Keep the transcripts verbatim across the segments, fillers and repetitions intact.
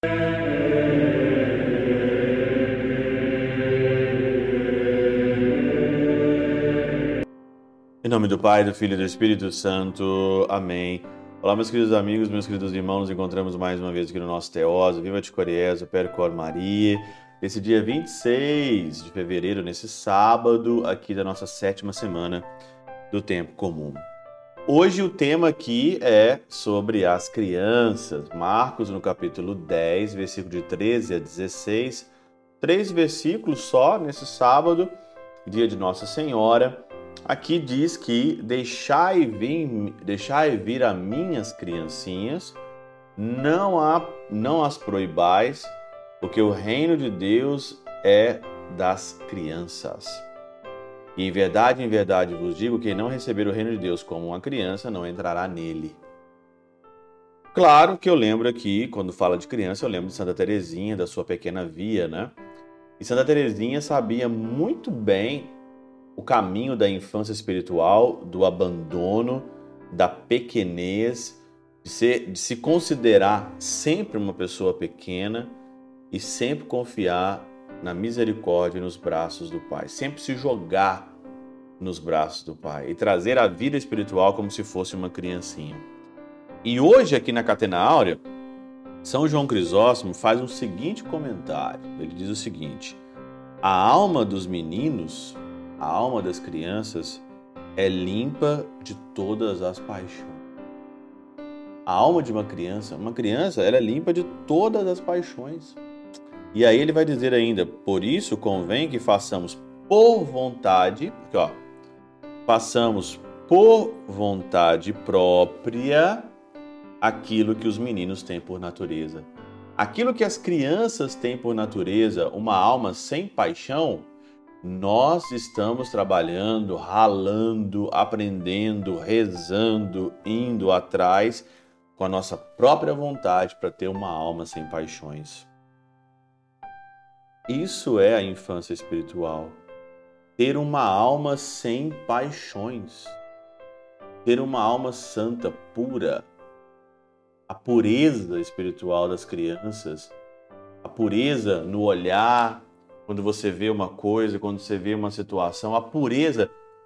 Em nome do Pai, do Filho e do Espírito Santo. Amém. Olá, meus queridos amigos, meus queridos irmãos, nos encontramos mais uma vez aqui no nosso Teóso. Viva de Coriésio, Percor Maria. Esse dia vinte e seis de fevereiro, nesse sábado, aqui da nossa sétima semana do Tempo Comum. Hoje o tema aqui é sobre as crianças. Marcos, no capítulo dez, versículo de treze a dezesseis. Três versículos só nesse sábado, dia de Nossa Senhora. Aqui diz que deixai vir, deixai vir a minhas criancinhas, não, há, não as proibais, porque o reino de Deus é das crianças. E em verdade, em verdade vos digo, quem não receber o reino de Deus como uma criança, não entrará nele. Claro que eu lembro aqui, quando fala de criança, eu lembro de Santa Teresinha, da sua pequena via, né? E Santa Teresinha sabia muito bem o caminho da infância espiritual, do abandono, da pequenez, de, ser, de se considerar sempre uma pessoa pequena e sempre confiar na misericórdia e nos braços do Pai. Sempre se jogar nos braços do Pai e trazer a vida espiritual como se fosse uma criancinha. E hoje, aqui na Catena Áurea, São João Crisóstomo faz um seguinte comentário. Ele diz o seguinte: a alma dos meninos, a alma das crianças é limpa de todas as paixões. A alma de uma criança, uma criança, ela é limpa de todas as paixões. E aí ele vai dizer ainda, por isso convém que façamos por vontade, porque ó, façamos por vontade própria aquilo que os meninos têm por natureza. Aquilo que as crianças têm por natureza, uma alma sem paixão, nós estamos trabalhando, ralando, aprendendo, rezando, indo atrás com a nossa própria vontade para ter uma alma sem paixões. Isso é a infância espiritual. Ter uma alma sem paixões. Ter uma alma santa, pura. A pureza espiritual das crianças. A pureza no olhar, quando você vê uma coisa, quando você vê uma situação, a pureza.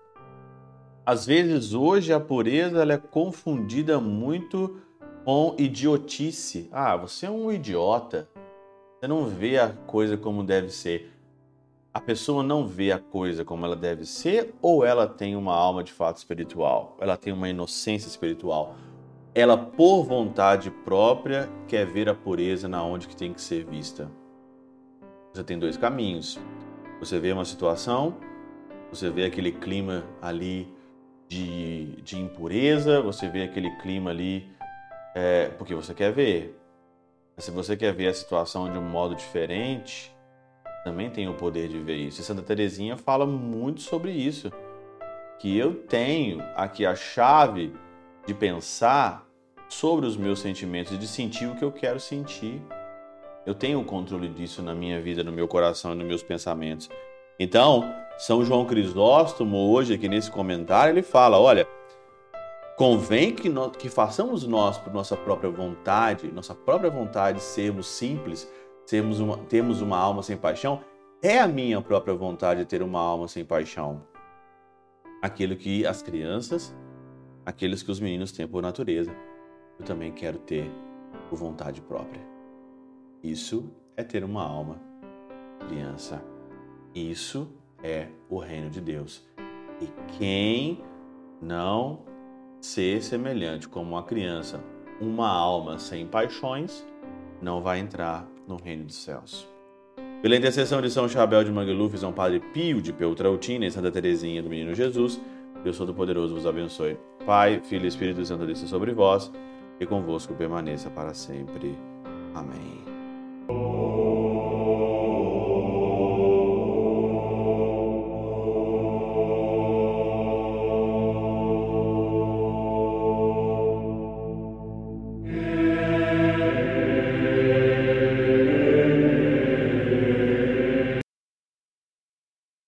Às vezes hoje a pureza ela é confundida muito com idiotice. Ah, você é um idiota. Você não vê a coisa como deve ser. A pessoa não vê a coisa como ela deve ser ou ela tem uma alma de fato espiritual? Ela tem uma inocência espiritual? Ela, por vontade própria, quer ver a pureza na onde que tem que ser vista. Você tem dois caminhos. Você vê uma situação, você vê aquele clima ali de, de impureza, você vê aquele clima ali é, porque você quer ver. Se você quer ver a situação de um modo diferente, também tem o poder de ver isso. E Santa Teresinha fala muito sobre isso. Que eu tenho aqui a chave de pensar sobre os meus sentimentos, de sentir o que eu quero sentir. Eu tenho o controle disso na minha vida, no meu coração e nos meus pensamentos. Então, São João Crisóstomo, hoje aqui nesse comentário, ele fala, olha, convém que, nós, que façamos nós, por nossa própria vontade, nossa própria vontade, sermos simples, sermos uma, termos uma alma sem paixão. É a minha própria vontade ter uma alma sem paixão. Aquilo que as crianças, aqueles que os meninos têm por natureza, eu também quero ter por vontade própria. Isso é ter uma alma criança. Isso é o reino de Deus. E quem não ser semelhante como uma criança, uma alma sem paixões, não vai entrar no reino dos céus. Pela intercessão de São Chabel de Mangluf, São Padre Pio de Peltrautina e Santa Teresinha do Menino Jesus, Deus Todo-Poderoso vos abençoe. Pai, Filho e Espírito Santo desça sobre vós e convosco permaneça para sempre. Amém.